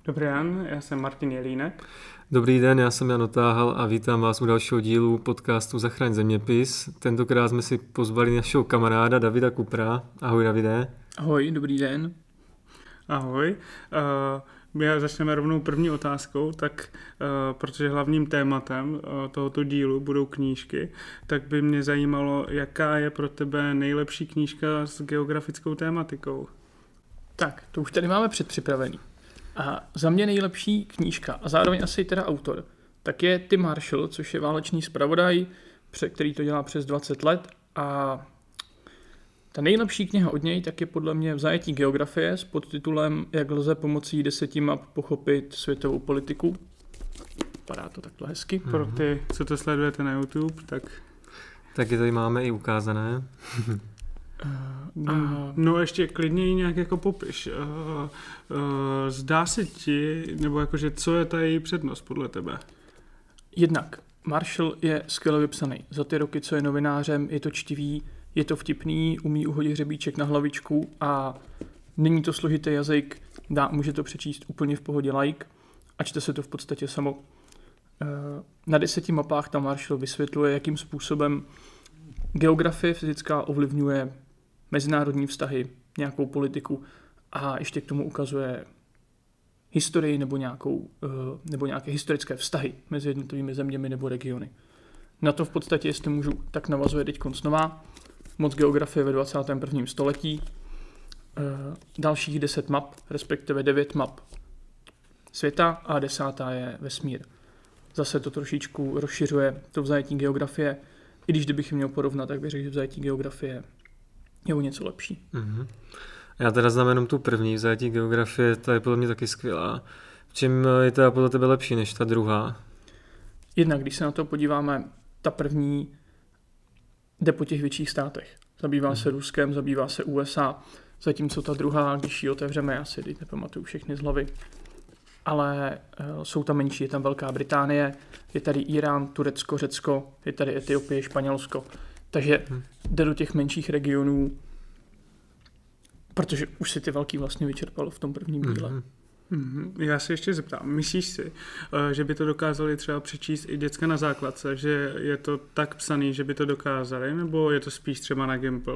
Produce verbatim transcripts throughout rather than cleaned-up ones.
Dobrý den, já jsem Martin Jelínek. Dobrý den, já jsem Jan Otáhal a vítám vás u dalšího dílu podcastu Zachraň zeměpis. Tentokrát jsme si pozvali našeho kamaráda Davida Kupra. Ahoj Davide. Ahoj, dobrý den. Ahoj. Uh, já začneme rovnou první otázkou, tak uh, protože hlavním tématem uh, tohoto dílu budou knížky, tak by mě zajímalo, jaká je pro tebe nejlepší knížka s geografickou tématikou. Tak, to už tady máme předpřipravený. A za mě nejlepší knížka, a zároveň asi teda autor, tak je Tim Marshall, což je válečný zpravodaj, který to dělá přes dvacet let. A ta nejlepší kniha od něj tak je podle mě V zajetí geografie s podtitulem Jak lze pomocí deseti map pochopit světovou politiku. Vypadá to takhle hezky. Mm-hmm. Pro ty, co to sledujete na YouTube, tak... Taky tady máme i ukázané. Uh, uh, no ještě klidněji nějak jako popiš. Uh, uh, zdá se ti, nebo jakože co je ta její přednost podle tebe? Jednak Marshall je skvěle vypsaný. Za ty roky, co je novinářem, je to čtivý, je to vtipný, umí uhodit hřebíček na hlavičku a není to složitý jazyk, dá, může to přečíst úplně v pohodě like a čte se to v podstatě samo. Uh, na deseti mapách tam Marshall vysvětluje, jakým způsobem geografie fyzická ovlivňuje mezinárodní vztahy, nějakou politiku a ještě k tomu ukazuje historii nebo, nějakou, nebo nějaké historické vztahy mezi jednotlivými zeměmi nebo regiony. Na to v podstatě, jestli můžu, tak navazuje teď znova Moc geografie ve dvacátém prvním století, dalších deset map, respektive devět map světa a desátá je vesmír. Zase to trošičku rozšiřuje to V zajetí geografie. I když kdybych měl porovnat, tak bych řekl, že V zajetí geografie je o něco lepší. Mm-hmm. Já teda znám jenom tu první V zajetí geografie, ta je podle mě taky skvělá. V čem je teda podle tebe lepší než ta druhá? Jednak, když se na to podíváme, ta první jde po těch větších státech. Zabývá mm. se Ruskem, zabývá se U S A, zatímco ta druhá, když ji otevřeme, já si teď nepamatuju všechny z hlavy, ale uh, jsou tam menší, je tam Velká Británie, je tady Irán, Turecko, Řecko, je tady Etiopie, Španělsko. Takže hmm. jde do těch menších regionů, protože už si ty velký vlastně vyčerpalo v tom prvním díle. Hmm. Hmm. Já se ještě zeptám, myslíš si, že by to dokázali třeba přečíst i děcka na základce, že je to tak psaný, že by to dokázali, nebo je to spíš třeba na Gimple?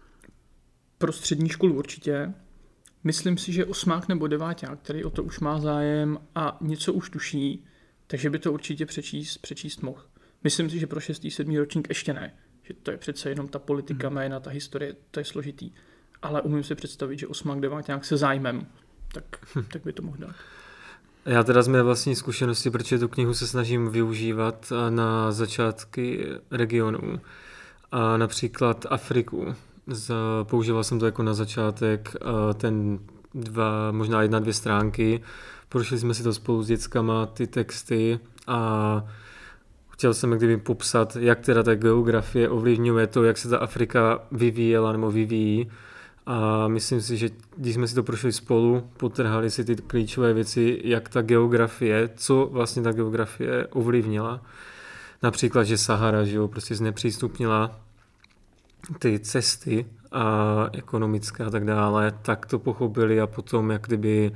Pro střední školu určitě. Myslím si, že osmák nebo deváťák, který o to už má zájem a něco už tuší, takže by to určitě přečíst, přečíst mohl. Myslím si, že pro šestý, sedmý ročník ještě ne. Že to je přece jenom ta politika, hmm. jména, ta historie, to je složitý. Ale umím si představit, že osmák, deváťák se zájmem, tak, hm. tak by to mohl dát. Já teda z mé vlastní zkušenosti, protože tu knihu se snažím využívat na začátky regionů. A například Afriku. Používal jsem to jako na začátek, ten dva, možná jedna, dvě stránky. Prošli jsme si to spolu s dětskama, ty texty a chtěl jsem kdyby popsat, jak teda ta geografie ovlivňuje to, jak se ta Afrika vyvíjela nebo vyvíjí. A myslím si, že když jsme si to prošli spolu, potrhali si ty klíčové věci, jak ta geografie, co vlastně ta geografie ovlivnila. Například, že Sahara, že jo, prostě znepřístupnila ty cesty a ekonomické a tak dále, tak to pochopili a potom jak kdyby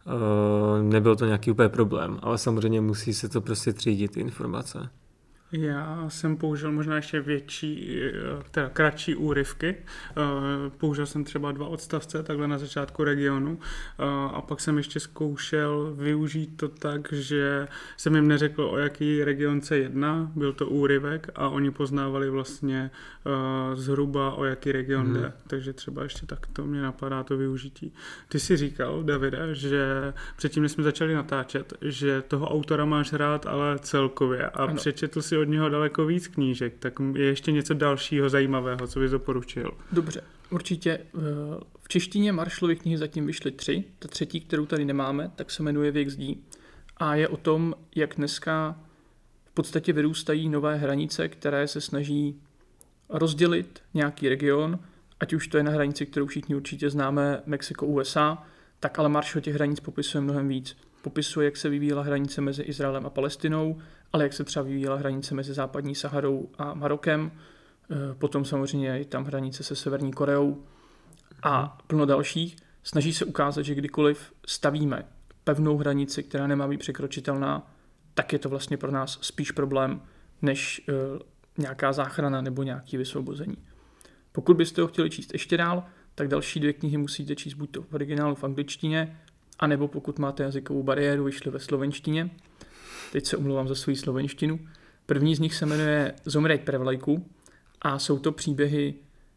uh, nebyl to nějaký úplně problém, ale samozřejmě musí se to prostě třídit ty informace. Já jsem použil možná ještě větší, teda kratší úryvky. Použil jsem třeba dva odstavce takhle na začátku regionu a pak jsem ještě zkoušel využít to tak, že jsem jim neřekl, o jaký region se jedná, byl to úryvek a oni poznávali vlastně zhruba, o jaký region jde. Hmm. Takže třeba ještě tak to mě napadá to využití. Ty jsi říkal, Davide, že předtím, než jsme začali natáčet, že toho autora máš rád, ale celkově a ano. Přečetl si od něho daleko víc knížek, tak je ještě něco dalšího zajímavého, co bys doporučil? Dobře, určitě. V češtině Marshallovy knihy zatím vyšly tři. Ta třetí, kterou tady nemáme, tak se jmenuje Věk zdí a je o tom, jak dneska v podstatě vyrůstají nové hranice, které se snaží rozdělit nějaký region, ať už to je na hranici, kterou všichni určitě známe, Mexiko-U S A, tak ale Marshall těch hranic popisuje mnohem víc. Popisuje, jak se vyvíjela hranice mezi Izraelem a Palestinou, ale jak se třeba vyvíjela hranice mezi západní Saharou a Marokem. Potom samozřejmě je tam hranice se Severní Koreou a plno dalších. Snaží se ukázat, že kdykoliv stavíme pevnou hranici, která nemá být překročitelná, tak je to vlastně pro nás spíš problém, než uh, nějaká záchrana nebo nějaké vysvobození. Pokud byste ho chtěli číst ještě dál, tak další dvě knihy musíte číst buď to v originálu v angličtině, anebo pokud máte jazykovou bariéru, vyšly ve slovenštině. Teď se omlouvám za svou slovenštinu. První z nich se jmenuje Zomrieť pre vlajku a jsou to příběhy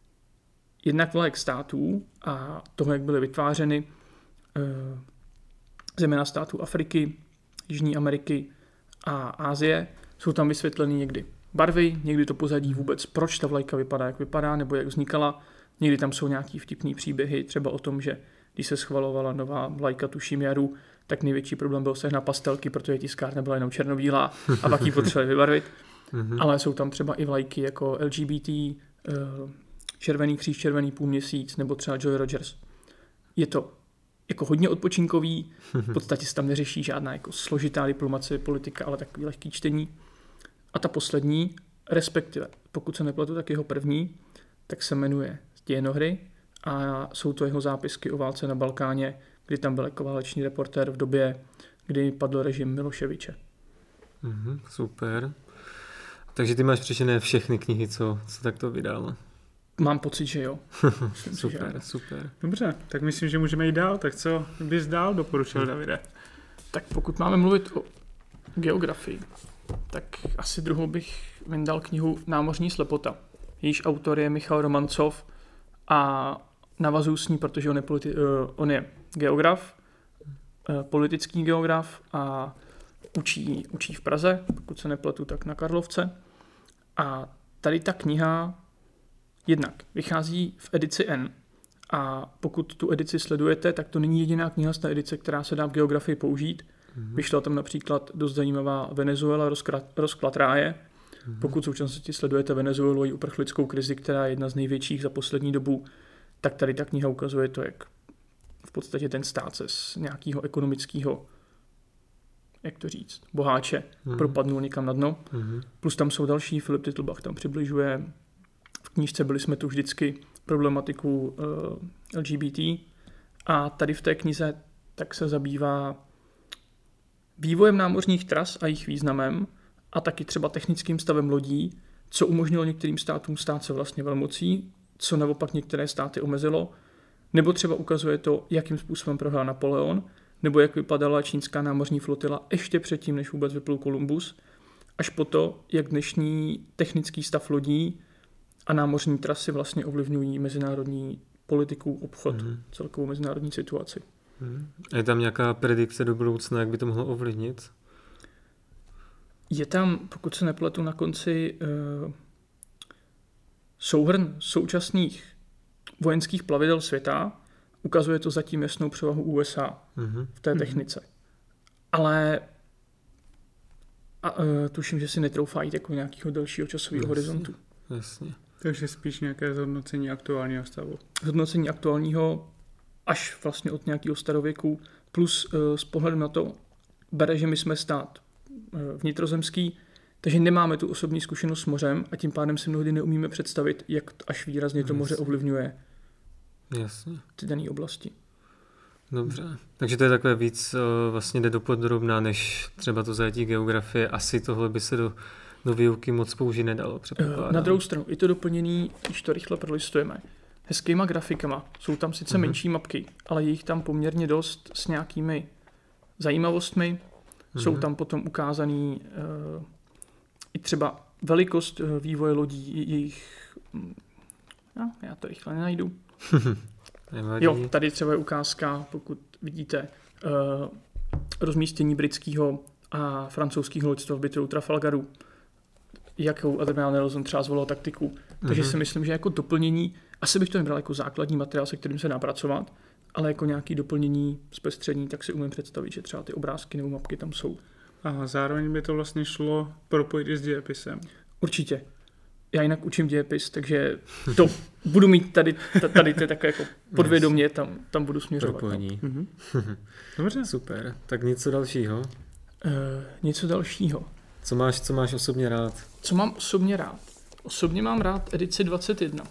jednak vlajek států a toho, jak byly vytvářeny uh, zejména států Afriky, Jižní Ameriky a Asie. Jsou tam vysvětleny někdy barvy, někdy to pozadí vůbec, proč ta vlajka vypadá, jak vypadá, nebo jak vznikala. Někdy tam jsou nějaký vtipný příběhy, třeba o tom, že když se schvalovala nová vlajka, tuším jaru, tak největší problém byl sehnat pastelky, protože tiskárna byla jenom černobílá a pak ji potřebovali vybarvit. Ale jsou tam třeba i vlajky jako L G B T, Červený kříž, Červený půlměsíc nebo třeba Joy Rogers. Je to jako hodně odpočinkový, v podstatě se tam neřeší žádná jako složitá diplomacie, politika, ale takový lehký čtení. A ta poslední, respektive, pokud se nepletu, tak jeho první, tak se jmenuje Dějinohry a jsou to jeho zápisky o válce na Balkáně, kdy tam byl jako válečný reportér v době, kdy padl režim Miloševiče. Mm-hmm, super. Takže ty máš přečtené všechny knihy, co, co takto vydal. Mám pocit, že jo. Myslím, super, že super. Dobře, tak myslím, že můžeme jít dál. Tak co bys dál doporučil, Davide? Tak pokud máme mluvit o geografii, tak asi druhou bych vyndal knihu Námořní slepota. Jejíž autor je Michal Romancov a navazuju s ní, protože on je, politi- uh, on je geograf, uh, politický geograf a učí, učí v Praze, pokud se nepletu, tak na Karlovce. A tady ta kniha jednak vychází v edici N. A pokud tu edici sledujete, tak to není jediná kniha z té edice, která se dá v geografii použít. Mm-hmm. Vyšla tam například dost zajímavá Venezuela, rozklad, rozklad ráje. Mm-hmm. Pokud v současnosti sledujete Venezuelu i uprchlickou krizi, která je jedna z největších za poslední dobu, tak tady ta kniha ukazuje to, jak v podstatě ten stát se z nějakého ekonomického, jak to říct, boháče mm-hmm. propadnul někam na dno. Mm-hmm. Plus tam jsou další, Filip Titlbach tam přibližuje v knížce Byli jsme tu vždycky problematiku uh, L G B T a tady v té knize tak se zabývá vývojem námořních tras a jejich významem a taky třeba technickým stavem lodí, co umožnilo některým státům stát se vlastně velmocí, co naopak některé státy omezilo, nebo třeba ukazuje to, jakým způsobem prohrál Napoleon, nebo jak vypadala čínská námořní flotila ještě předtím, než vůbec vyplul Kolumbus, až po to, jak dnešní technický stav lodí a námořní trasy vlastně ovlivňují mezinárodní politiku, obchod, mm-hmm. celkovou mezinárodní situaci. Mm-hmm. A je tam nějaká predikce do budoucna, jak by to mohlo ovlivnit? Je tam, pokud se nepletu, na konci uh, souhrn současných vojenských plavidel světa. Ukazuje to zatím jasnou převahu U S A mm-hmm. v té technice. Ale a, uh, tuším, že si netroufá jít jako nějakého dalšího časového horizontu. Jasně. Takže spíš nějaké zhodnocení aktuálního stavu. Zhodnocení aktuálního až vlastně od nějakého starověku, plus uh, z pohledu na to bere, že my jsme stát uh, vnitrozemský, takže nemáme tu osobní zkušenost s mořem a tím pádem si mnohdy neumíme představit, jak až výrazně to moře ovlivňuje Jasně. ty dané oblasti. Dobře. Takže to je takové víc, uh, vlastně jde do podrobná, než třeba to zajetí geografie. Asi tohle by se do do výuky moc použít nedalo, předpokládám. Na druhou stranu, je to doplněný, když to rychle prolistujeme, hezkýma grafikama. Jsou tam sice mm-hmm. menší mapky, ale je jich tam poměrně dost s nějakými zajímavostmi. Mm-hmm. Jsou tam potom ukázaný uh, i třeba velikost uh, vývoje lodí, jejich... No, já to rychle nenajdu. Jo, tady třeba je ukázka, pokud vidíte, uh, rozmístění britského a francouzského loďstva v bitvě u Trafalgaru, jakou admirál Nelson třeba zvolil taktiku. Takže mm-hmm. si myslím, že jako doplnění, asi bych to nebral jako základní materiál, se kterým se dá pracovat, ale jako nějaký doplnění, zpestření, tak si umím představit, že třeba ty obrázky nebo mapky tam jsou. A zároveň by to vlastně šlo propojit i s dějepisem. Určitě. Já jinak učím dějepis, takže to budu mít tady, tady to je takové jako podvědomě, tam, tam budu směřovat. Propojení. No. Mm-hmm. Dobře. Super. Tak něco dalšího? Uh, něco dalšího. Co máš, co máš osobně rád? Co mám osobně rád? Osobně mám rád edici dvacet jedna,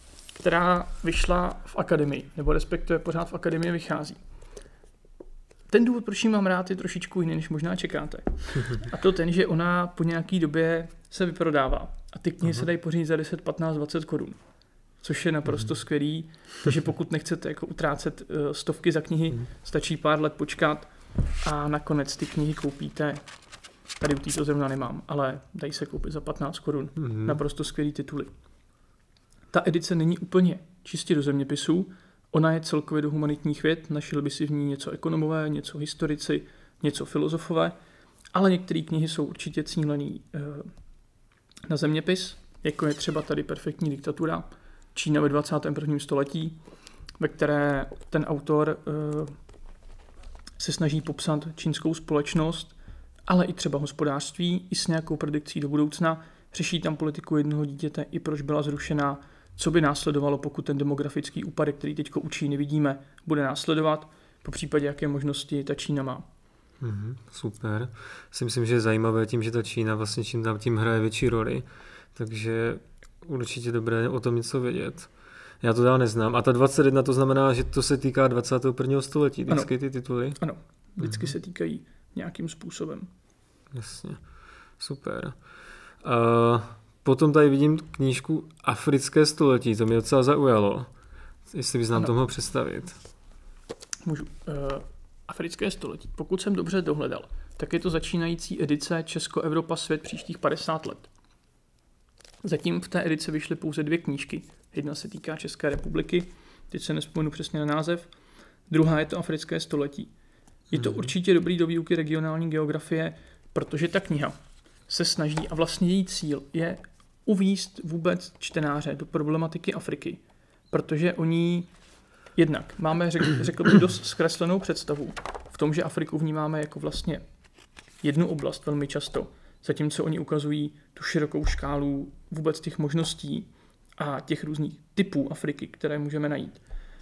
která vyšla v akademii, nebo respektive pořád v akademii vychází. ten důvod, proč ji mám rád, je trošičku jiný, než možná čekáte. A to ten, že ona po nějaký době se vyprodává. A ty knihy Aha. se dají pořídit za deset, patnáct, dvacet korun. Což je naprosto mm. skvělý. Takže pokud nechcete jako utrácet uh, stovky za knihy, mm. stačí pár let počkat a nakonec ty knihy koupíte. Tady u této zrovna nemám, ale dají se koupit za patnáct korun. Mm. Naprosto skvělý tituly. Ta edice není úplně čistě do zeměpisů, ona je celkově do humanitních věd, našli by si v ní něco ekonomové, něco historici, něco filozofové, ale některé knihy jsou určitě cílený uh, na zeměpis, jako je třeba tady Perfektní diktatura, Čína ve dvacátém prvním století, ve které ten autor uh, se snaží popsat čínskou společnost, ale i třeba hospodářství, i s nějakou predikcí do budoucna, řeší tam politiku jednoho dítěte, i proč byla zrušená, co by následovalo, pokud ten demografický úpadek, který teď u Číny vidíme, bude následovat, po případě jaké možnosti ta Čína má. Mm, super. Si myslím, že je zajímavé tím, že ta Čína vlastně čím tam tím hraje větší roli, takže určitě dobré o tom něco vědět. Já to dál neznám. A ta dvacet jedna to znamená, že to se týká dvacátého prvního století, vždycky ty tituly? Ano, vždycky mm. se týkají nějakým způsobem. Jasně, super. Uh, potom tady vidím knížku Africké století, to mě docela zaujalo. Jestli bys nám ano. to mohl představit. Můžu. Uh, Africké století. Pokud jsem dobře dohledal, tak je to začínající edice Česko, Evropa, svět příštích padesát let. Zatím v té edici vyšly pouze dvě knížky. Jedna se týká České republiky, teď se nespomenu přesně na název. Druhá je to Africké století. Je to určitě dobrý do výuky regionální geografie, protože ta kniha se snaží, a vlastně její cíl je uvést vůbec čtenáře do problematiky Afriky, protože oni jednak máme, řekl, řekl bych, dost zkreslenou představu v tom, že Afriku vnímáme jako vlastně jednu oblast velmi často, zatímco oni ukazují tu širokou škálu vůbec těch možností a těch různých typů Afriky, které můžeme najít.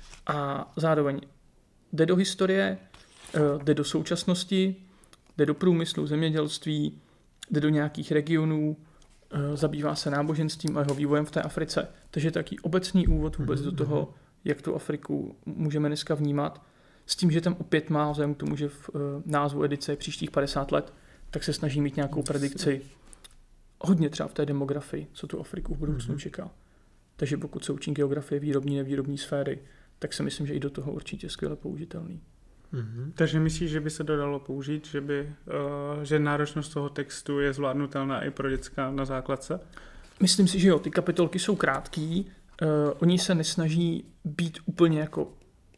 A zároveň jde do historie, jde do současnosti, jde do průmyslu, zemědělství, jde do nějakých regionů, zabývá se náboženstvím a jeho vývojem v té Africe. Takže taký obecný úvod vůbec do toho, jak tu Afriku můžeme dneska vnímat. S tím, že tam opět má, vzhledem k tomu, že v názvu edice je příštích padesát let, tak se snaží mít nějakou predikci hodně třeba v té demografii, co tu Afriku v budoucnu čeká. Takže pokud se učí geografie výrobní, nevýrobní sféry, tak si myslím, že i do toho určitě skvěle použitelný. Mm-hmm. Takže myslíš, že by se to dalo použít, že, by, uh, že náročnost toho textu je zvládnutelná i pro děcka na základce? Myslím si, že jo, ty kapitolky jsou krátký, uh, oni se nesnaží být úplně jako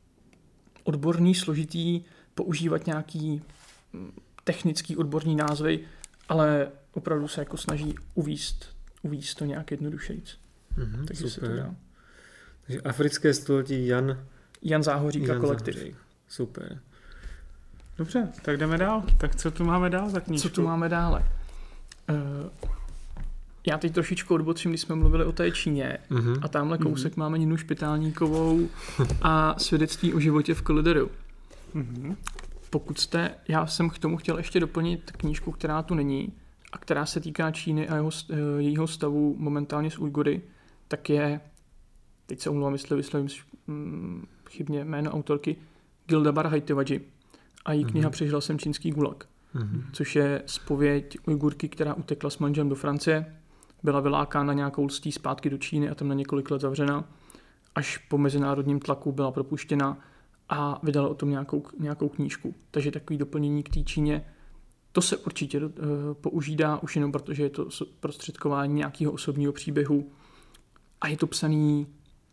odborný, složitý, používat nějaký technický odborný názvy, ale opravdu se jako snaží uvíst, uvíst to nějak jednodušejc. Mm-hmm, takže super. Se to dá. Takže Africké století Jan... Jan Záhořík a kolektiv. Záhořík. Super. Dobře, tak jdeme dál. Tak co tu máme dál za knížku? Co tu máme dále? Uh, já teď trošičku odbočím, když jsme mluvili o té Číně uh-huh. a tamhle kousek uh-huh. máme Ninu Špitálníkovou a svědectví o životě v Kolideru. Uh-huh. Pokud jste, já jsem k tomu chtěl ještě doplnit knížku, která tu není a která se týká Číny a jeho, jejího stavu momentálně s Ujgury, tak je, teď se omlouvám, jestli vyslovím hm, chybně jméno autorky, Gildabar Hajtevaji a její kniha mm-hmm. Přežil jsem čínský gulag, mm-hmm. což je zpověď Ujgurky, která utekla s manželem do Francie, byla vylákána nějakou lstí zpátky do Číny a tam na několik let zavřena, až po mezinárodním tlaku byla propuštěna a vydala o tom nějakou, nějakou knížku. Takže takový doplnění k té Číně, to se určitě uh, používá už jenom protože je to prostředkování nějakého osobního příběhu a je to psaný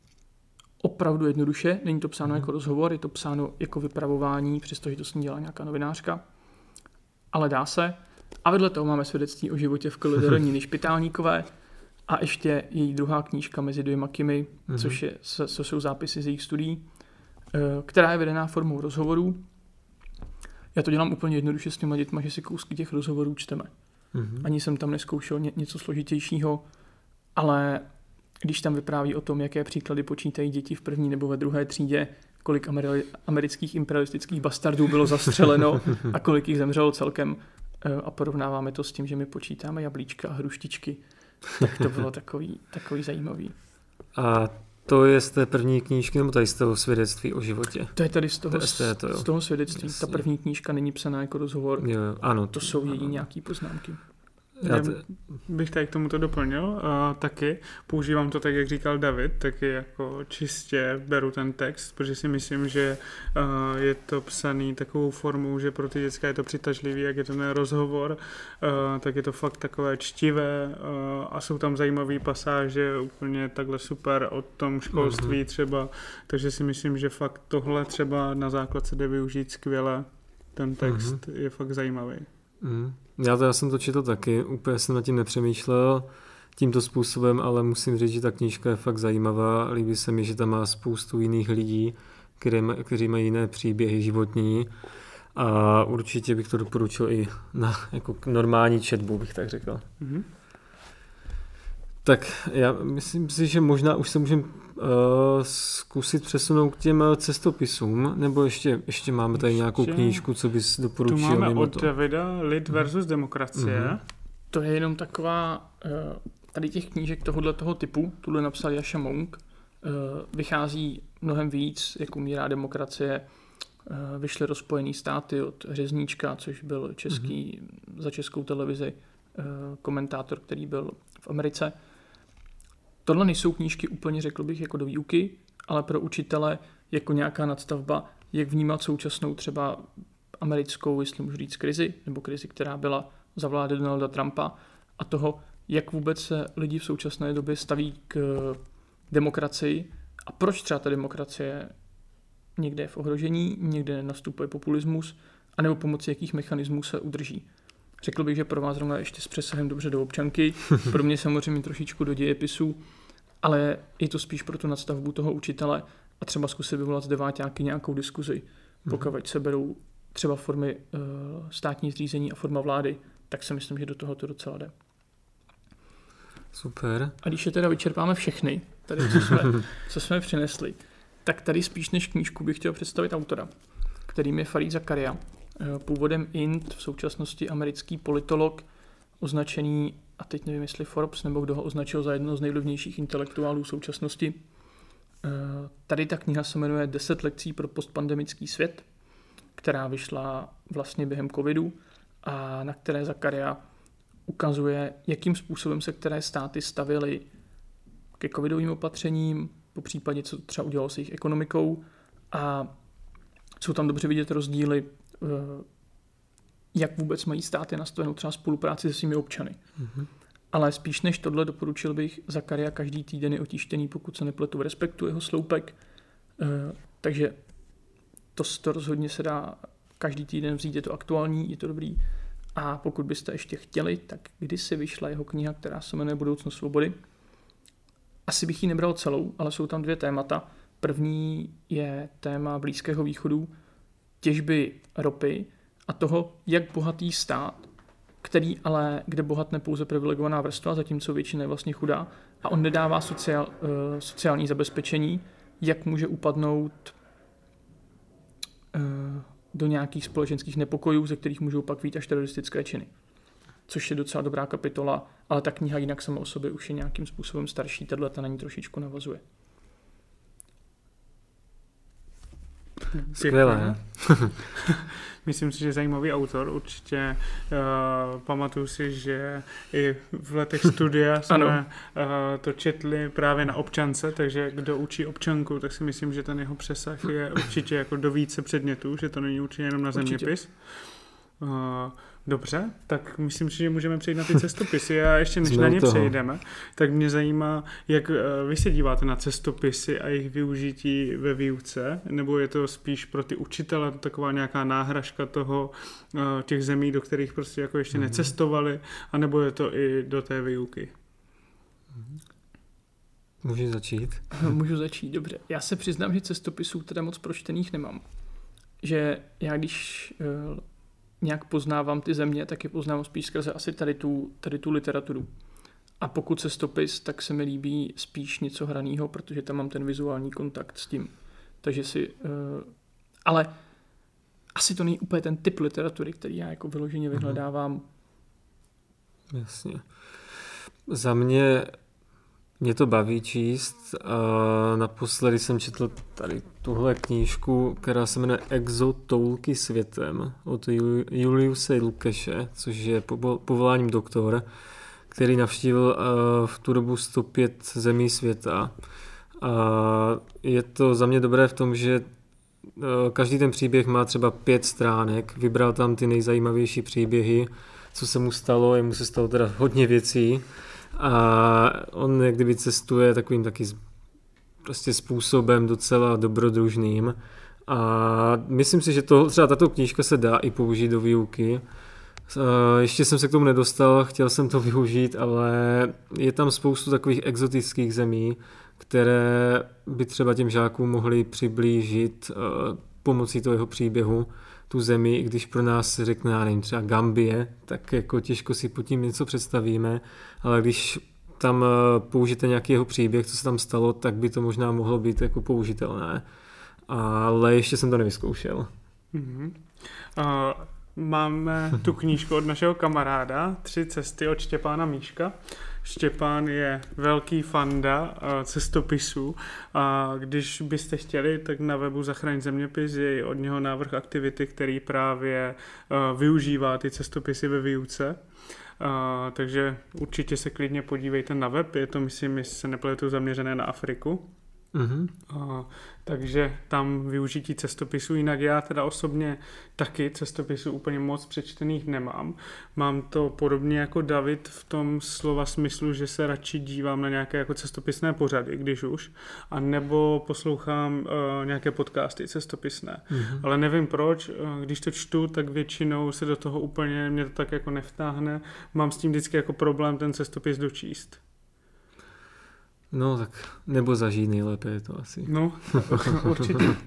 opravdu jednoduše, není to psáno mm. jako rozhovor, je to psáno jako vypravování, přestože to s ní dělá nějaká novinářka, ale dá se. A vedle toho máme svědectví o životě v Kolideru Niny Špitálníkové a ještě její druhá knížka Mezi dvěma Kimi, mm. což, je, co jsou zápisy z jejich studií, která je vedená formou rozhovorů. Já to dělám úplně jednoduše s těma dětma, že si kousky těch rozhovorů čteme. Mm. Ani jsem tam neskoušel ně, něco složitějšího, ale když tam vypráví o tom, jaké příklady počítají děti v první nebo ve druhé třídě, kolik ameri- amerických imperialistických bastardů bylo zastřeleno a kolik jich zemřelo celkem a porovnáváme to s tím, že my počítáme jablíčka a hruštičky, tak to bylo takový, takový zajímavý. A to je z té první knížky, nebo tady z toho svědectví o životě? To je tady z toho, to je to, z toho svědectví. Jasně. Ta první knížka není psaná jako rozhovor. Jo, ano. To jsou její nějaký poznámky. Já bych tady k tomuto doplnil uh, taky. Používám to tak, jak říkal David, taky jako čistě beru ten text, protože si myslím, že uh, je to psaný takovou formou, že pro ty děcka je to přitažlivý, jak je to ten rozhovor, uh, tak je to fakt takové čtivé uh, a jsou tam zajímavé pasáže, úplně takhle super o tom školství mm-hmm. třeba, takže si myslím, že fakt tohle třeba na základce jde využít skvěle, ten text mm-hmm. je fakt zajímavý. Mm. Já to já jsem to četl taky, úplně jsem nad tím nepřemýšlel tímto způsobem, ale musím říct, že ta knížka je fakt zajímavá. Líbí se mi, že tam má spoustu jiných lidí, které, kteří mají jiné příběhy životní a určitě bych to doporučil i na jako normální četbu, bych tak řekl. Mm-hmm. Tak já myslím si, že možná už se můžeme uh, zkusit přesunout k těm cestopisům, nebo ještě, ještě máme tady ještě nějakou knížku, co bys doporučil? Tu máme mimo od to? Davida Lid versus demokracie. Mm-hmm. To je jenom taková, uh, tady těch knížek tohohle toho typu, tuhle napsal Jaša Monk, uh, vychází mnohem víc, jak umírá demokracie. Uh, vyšly Rozpojený státy od Řezníčka, což byl český, mm-hmm. za českou televizi uh, komentátor, který byl v Americe. Tohle nejsou knížky úplně, řekl bych, jako do výuky, ale pro učitele jako nějaká nadstavba, jak vnímat současnou třeba americkou, jestli můžu říct, krizi, nebo krizi, která byla za vlády Donalda Trumpa a toho, jak vůbec se lidi v současné době staví k demokracii a proč třeba ta demokracie někde je v ohrožení, někde nastupuje populismus, anebo pomocí jakých mechanismů se udrží. Řekl bych, že pro vás zrovna ještě s přesahem dobře do občanky, pro mě samozřejmě trošičku do dějepisu, ale je to spíš pro tu nadstavbu toho učitele a třeba zkusit vyvolat z deváťáky nějakou diskuzi. Pokud se berou třeba formy uh, státní zřízení a forma vlády, tak si myslím, že do toho to docela jde. Super. A když je teda vyčerpáme všechny, tady co jsme, co jsme přinesli, tak tady spíš než knížku bych chtěl představit autora, kterým je Fareed Zakaria. Původem Ind, v současnosti americký politolog, označený, a teď nevím, jestli Forbes, nebo kdo ho označil za jedno z nejvlivnějších intelektuálů současnosti. Tady ta kniha se jmenuje Deset lekcí pro postpandemický svět, která vyšla vlastně během covidu a na které Zakaria ukazuje, jakým způsobem se které státy stavěly ke covidovým opatřením, po případě, co třeba udělalo s jejich ekonomikou a jsou tam dobře vidět rozdíly, jak vůbec mají státy nastavenou třeba spolupráci se svými občany. Mm-hmm. Ale spíš než tohle doporučil bych Zakaria každý týden je otištěný, pokud se nepletu v Respektu, jeho sloupek. E, takže to, to rozhodně se dá každý týden vzít, je to aktuální, je to dobrý. A pokud byste ještě chtěli, tak kdysi vyšla jeho kniha, která se jmenuje Budoucnost svobody. Asi bych ji nebral celou, ale jsou tam dvě témata. První je téma Blízkého východu, těžby ropy a toho, jak bohatý stát, který ale, kde bohatne pouze privilegovaná vrstva, zatímco většina je vlastně chudá a on nedává sociál, uh, sociální zabezpečení, jak může upadnout uh, do nějakých společenských nepokojů, ze kterých můžou pak být až teroristické činy. Což je docela dobrá kapitola, ale ta kniha jinak sama o sobě už je nějakým způsobem starší, tato na ní trošičku navazuje. Skvělé. Myslím si, že zajímavý autor. Určitě uh, pamatuju si, že i v letech studia jsme uh, to četli právě na občance, takže kdo učí občanku, tak si myslím, že ten jeho přesah je určitě jako do více předmětů, že to není určitě jenom na zeměpis. Uh, Dobře, tak myslím si, že můžeme přejít na ty cestopisy a ještě než Jsme na ně toho. přejdeme, tak mě zajímá, jak vy se díváte na cestopisy a jejich využití ve výuce, nebo je to spíš pro ty učitele taková nějaká náhražka toho, těch zemí, do kterých prostě jako ještě mm-hmm. necestovali, anebo je to i do té výuky? Můžeš začít? Můžu začít, dobře. Já se přiznám, že cestopisů teda moc pročtených nemám. Že já když nějak poznávám ty země, tak je poznávám spíš skrze asi tady tu, tady tu literaturu. A pokud cestopis, tak se mi líbí spíš něco hraného, protože tam mám ten vizuální kontakt s tím. Takže si... Uh, ale asi to není úplně ten typ literatury, který já jako vyloženě vyhledávám. Jasně. Za mě Mě to baví číst. A naposledy jsem četl tady tuhle knížku, která se jmenuje Exotoulky světem od Juliuse Lukeše, což je povoláním doktor, který navštívil v tu dobu sto pět zemí světa. A je to za mě dobré v tom, že každý ten příběh má třeba pět stránek, vybral tam ty nejzajímavější příběhy, co se mu stalo, jemu se stalo teda hodně věcí a on jak kdyby cestuje takovým taky prostě způsobem docela dobrodružným a myslím si, že to, třeba tato knížka se dá i použít do výuky. Ještě jsem se k tomu nedostal, chtěl jsem to využít, ale je tam spoustu takových exotických zemí, které by třeba těm žákům mohly přiblížit pomocí toho jeho příběhu tu zemi, i když pro nás se řekne, já nevím, třeba Gambie, tak jako těžko si pod tím něco představíme, ale když tam použijete nějaký jeho příběh, co se tam stalo, tak by to možná mohlo být jako použitelné. Ale ještě jsem to nevyzkoušel. Mm-hmm. Uh, máme tu knížku od našeho kamaráda Tři cesty od Štěpána Míška. Štěpán je velký fanda cestopisů a když byste chtěli, tak na webu Zachraň zeměpis je od něho návrh aktivity, který právě využívá ty cestopisy ve výuce. Uh, takže určitě se klidně podívejte na web, je to, myslím, jestli se nepletu, zaměřené na Afriku. Mm-hmm. Uh, takže tam využití cestopisů, jinak já teda osobně taky cestopisů úplně moc přečtených nemám. Mám to podobně jako David v tom slova smyslu, že se radši dívám na nějaké jako cestopisné pořady, když už, a nebo poslouchám uh, nějaké podcasty cestopisné. Mm-hmm. Ale nevím proč, uh, když to čtu, tak většinou se do toho úplně, mě to tak jako nevtáhne. Mám s tím vždycky jako problém ten cestopis dočíst. No tak, nebo zažít nejlépe je to asi. No, určitě. Uh,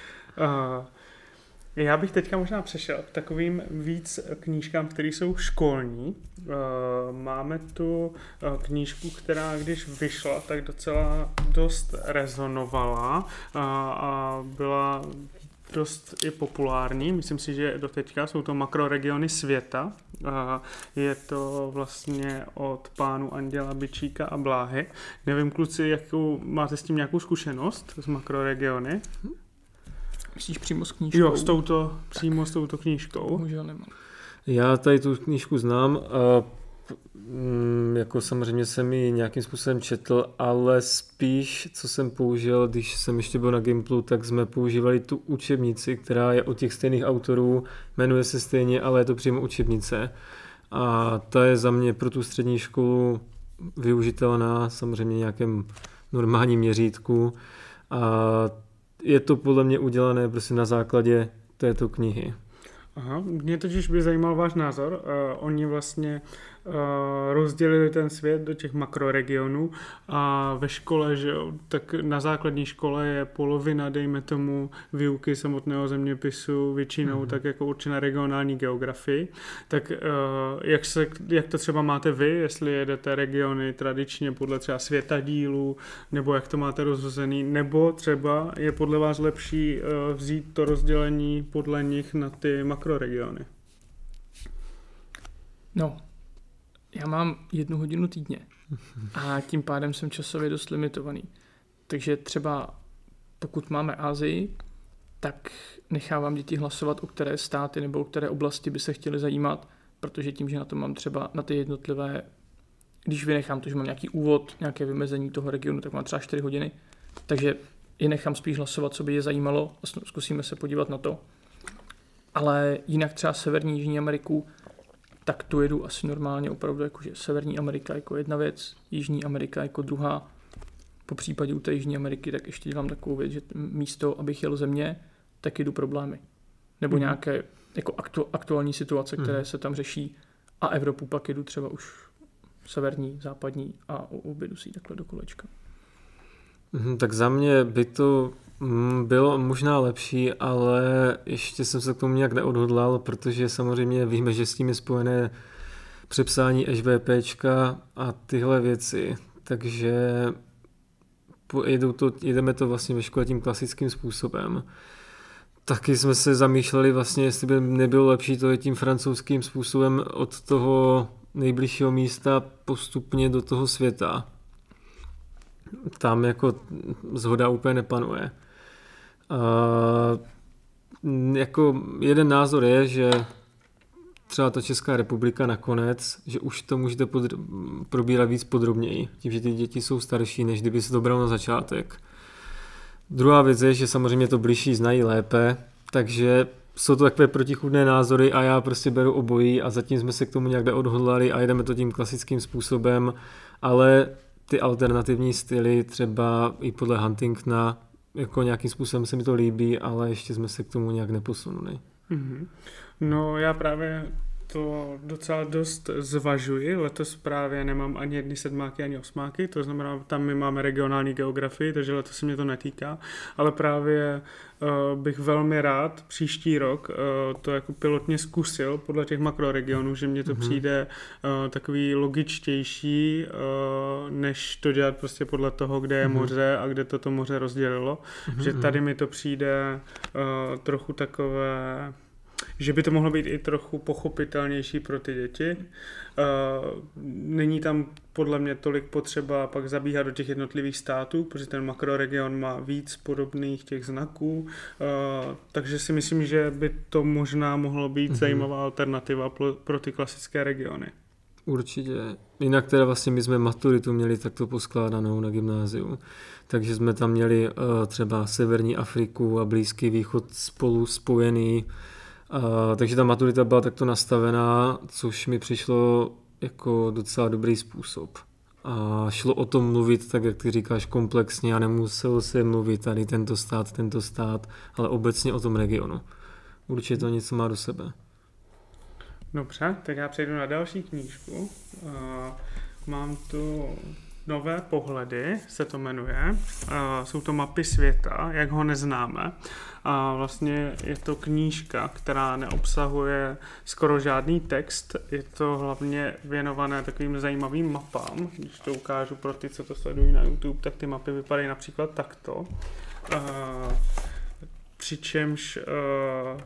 já bych teďka možná přešel k takovým víc knížkám, které jsou školní. Uh, máme tu uh, knížku, která když vyšla, tak docela dost rezonovala uh, a byla dost i populární, myslím si, že doteďka jsou to Makroregiony světa. Je to vlastně od pánů Anděla Byčíka a Bláhy. Nevím, kluci, jakou máte s tím nějakou zkušenost s makroregiony? Myslíš přímo s knížkou? Jo, s touto, přímo tak. s touto knížkou. Možná nemám. Já tady tu knížku znám a mm, jako samozřejmě jsem ji nějakým způsobem četl, ale spíš, co jsem použil, když jsem ještě byl na Gimplu, tak jsme používali tu učebnici, která je od těch stejných autorů, jmenuje se stejně, ale je to přímo učebnice. A ta je za mě pro tu střední školu využitelná, samozřejmě nějakém normálním měřítku. A je to podle mě udělané prostě na základě této knihy. Aha, mě totiž by zajímal váš názor. Uh, oni vlastně uh, rozdělili ten svět do těch makroregionů a ve škole, že jo, tak na základní škole je polovina, dejme tomu, výuky samotného zeměpisu většinou mm-hmm. tak jako určená regionální geografii. Tak uh, jak, se, jak to třeba máte vy, jestli jedete regiony tradičně podle třeba světadílů, nebo jak to máte rozhozený, nebo třeba je podle vás lepší uh, vzít to rozdělení podle nich na ty makroregiony? No, já mám jednu hodinu týdně a tím pádem jsem časově dost limitovaný. Takže třeba pokud máme Asii, tak nechávám děti hlasovat, o které státy nebo o které oblasti by se chtěly zajímat, protože tím, že na to mám třeba na ty jednotlivé, když vynechám to, že mám nějaký úvod, nějaké vymezení toho regionu, tak mám třeba čtyři hodiny, takže je nechám spíš hlasovat, co by je zajímalo a zkusíme se podívat na to. Ale jinak třeba Severní Jižní Ameriku, tak tu jedu asi normálně opravdu, jakože Severní Amerika jako jedna věc, Jižní Amerika jako druhá. Po případě u té Jižní Ameriky tak ještě dělám takovou věc, že místo, abych jel země, tak jedu problémy. Nebo mm. nějaké jako aktu, aktuální situace, které mm. se tam řeší. A Evropu pak jedu třeba už severní, západní a objedu si takhle do kolečka. Mm, tak za mě by to bylo možná lepší, ale ještě jsem se k tomu nějak neodhodlal, protože samozřejmě víme, že s tím je spojené přepsání ŠVPčka a tyhle věci, takže to, jedeme to vlastně ve škole tím klasickým způsobem. Taky jsme se zamýšleli vlastně, jestli by nebylo lepší to je tím francouzským způsobem od toho nejbližšího místa postupně do toho světa. tam jako zhoda úplně nepanuje. A jako jeden názor je, že třeba ta Česká republika nakonec, že už to můžete podr- probírat víc podrobněji, tím, že ty děti jsou starší, než kdyby se to bral na začátek. Druhá věc je, že samozřejmě to bližší znají lépe, takže jsou to takové protichůdné názory a já prostě beru obojí a zatím jsme se k tomu nějak neodhodlali a jdeme to tím klasickým způsobem, ale ty alternativní styly, třeba i podle Huntingtona, jako nějakým způsobem se mi to líbí, ale ještě jsme se k tomu nějak neposunuli. Mm-hmm. No já právě to docela dost zvažuji. Letos právě nemám ani jedny sedmáky, ani osmáky, to znamená, tam my máme regionální geografii, takže letos se mě to netýká, ale právě uh, bych velmi rád příští rok uh, to jako pilotně zkusil podle těch makroregionů, že mně to mm-hmm. přijde uh, takový logičtější, uh, než to dělat prostě podle toho, kde je mm-hmm. moře a kde toto moře rozdělilo. Mm-hmm. Že tady mi to přijde uh, trochu takové, že by to mohlo být i trochu pochopitelnější pro ty děti. Není tam podle mě tolik potřeba pak zabíhat do těch jednotlivých států, protože ten makroregion má víc podobných těch znaků, takže si myslím, že by to možná mohlo být mm-hmm. zajímavá alternativa pro ty klasické regiony. Určitě. Jinak teda vlastně my jsme maturitu měli takto poskládanou na gymnáziu, takže jsme tam měli třeba Severní Afriku a Blízký východ spolu spojený. Uh, takže ta maturita byla takto nastavená, což mi přišlo jako docela dobrý způsob. A šlo o tom mluvit, tak jak ty říkáš, komplexně a nemuselo se mluvit tady tento stát, tento stát, ale obecně o tom regionu. Určitě to něco má do sebe. Dobře, tak já přejdu na další knížku. Uh, mám tu Nové pohledy, se to jmenuje. Uh, jsou to mapy světa, jak ho neznáme. A vlastně je to knížka, která neobsahuje skoro žádný text. Je to hlavně věnované takovým zajímavým mapám. Když to ukážu pro ty, co to sledují na YouTube, tak ty mapy vypadají například takto. Uh, přičemž uh,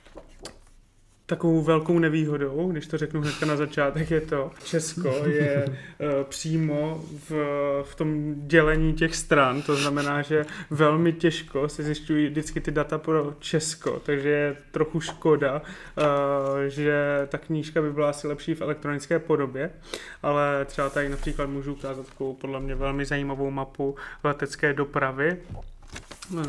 takovou velkou nevýhodou, když to řeknu hnedka na začátek, je to, Česko je uh, přímo v, v tom dělení těch stran, to znamená, že velmi těžko se zjišťují vždycky ty data pro Česko, takže je trochu škoda, uh, že ta knížka by byla asi lepší v elektronické podobě, ale třeba tady například můžu ukázat takovou podle mě velmi zajímavou mapu letecké dopravy, uh,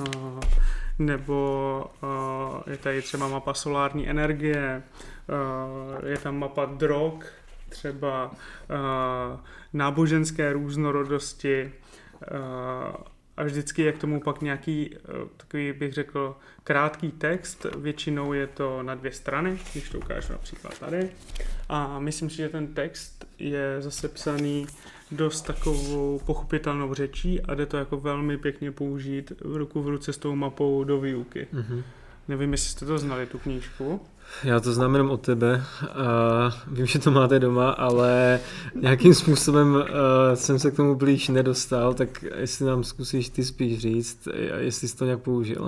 nebo uh, je tady třeba mapa solární energie, uh, je tam mapa drog, třeba uh, náboženské různorodosti uh, a vždycky je k tomu pak nějaký uh, takový, bych řekl, krátký text, většinou je to na dvě strany, když to ukážu například tady. A myslím si, že ten text je zase psaný dost takovou pochopitelnou řečí a jde to jako velmi pěkně použít v ruku v ruce s tou mapou do výuky. Mm-hmm. Nevím, jestli jste to znali, tu knížku. Já to znám jenom od tebe a vím, že to máte doma, ale nějakým způsobem uh, jsem se k tomu blíž nedostal, tak jestli nám zkusíš ty spíš říct, jestli jsi to nějak použil.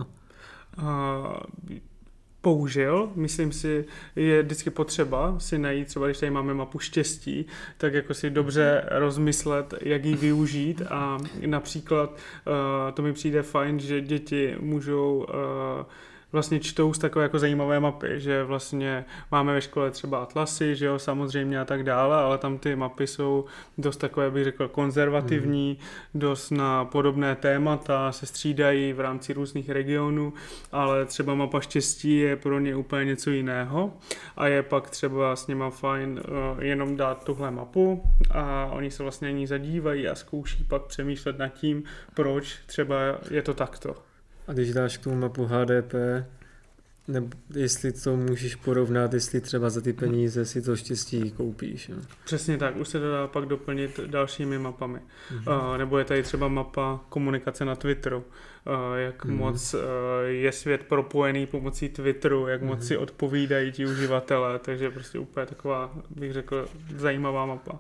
Uh, použil, myslím si, je vždycky potřeba si najít, třeba když tady máme mapu štěstí, tak jako si dobře rozmyslet, jak ji využít a například uh, to mi přijde fajn, že děti můžou uh, vlastně čtou z takové jako zajímavé mapy, že vlastně máme ve škole třeba atlasy, že jo, samozřejmě a tak dále, ale tam ty mapy jsou dost takové, bych řekl, konzervativní, mm. dost na podobné témata, se střídají v rámci různých regionů, ale třeba mapa štěstí je pro ně úplně něco jiného a je pak třeba s něma fajn uh, jenom dát tuhle mapu a oni se vlastně ní zadívají a zkouší pak přemýšlet nad tím, proč třeba je to takto. A když dáš k tomu mapu H D P, nebo jestli to můžeš porovnat, jestli třeba za ty peníze si to štěstí koupíš. Jo? Přesně tak, už se to dá pak doplnit dalšími mapami. Mm-hmm. Uh, nebo je tady třeba mapa komunikace na Twitteru, uh, jak mm-hmm. moc uh, je svět propojený pomocí Twitteru, jak mm-hmm. moc si odpovídají ti uživatelé, takže prostě úplně taková, bych řekl, zajímavá mapa.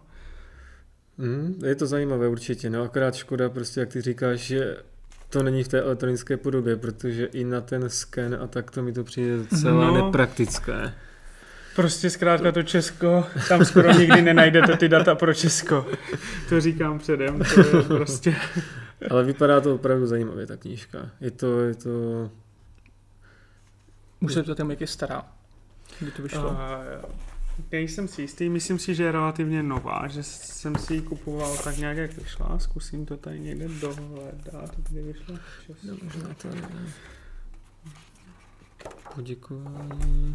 Mm, je to zajímavé určitě, no akorát škoda prostě, jak ty říkáš, že to není v té elektronické podobě, protože i na ten sken a tak to mi to přijde celá no, nepraktické. Prostě zkrátka to Česko, tam skoro nikdy nenajdete ty data pro Česko. To říkám předem, to je prostě... Ale vypadá to opravdu zajímavě, ta knížka. Je to... Je to... Můžu se ptát, jak je stará? Kdy to vyšlo? Uh, nejsem si jistý, myslím si, že je relativně nová, že jsem si ji kupoval tak nějak, jak vyšla. Zkusím to tady někde dohledat, kdy vyšla. No, možná to je... Poděkování...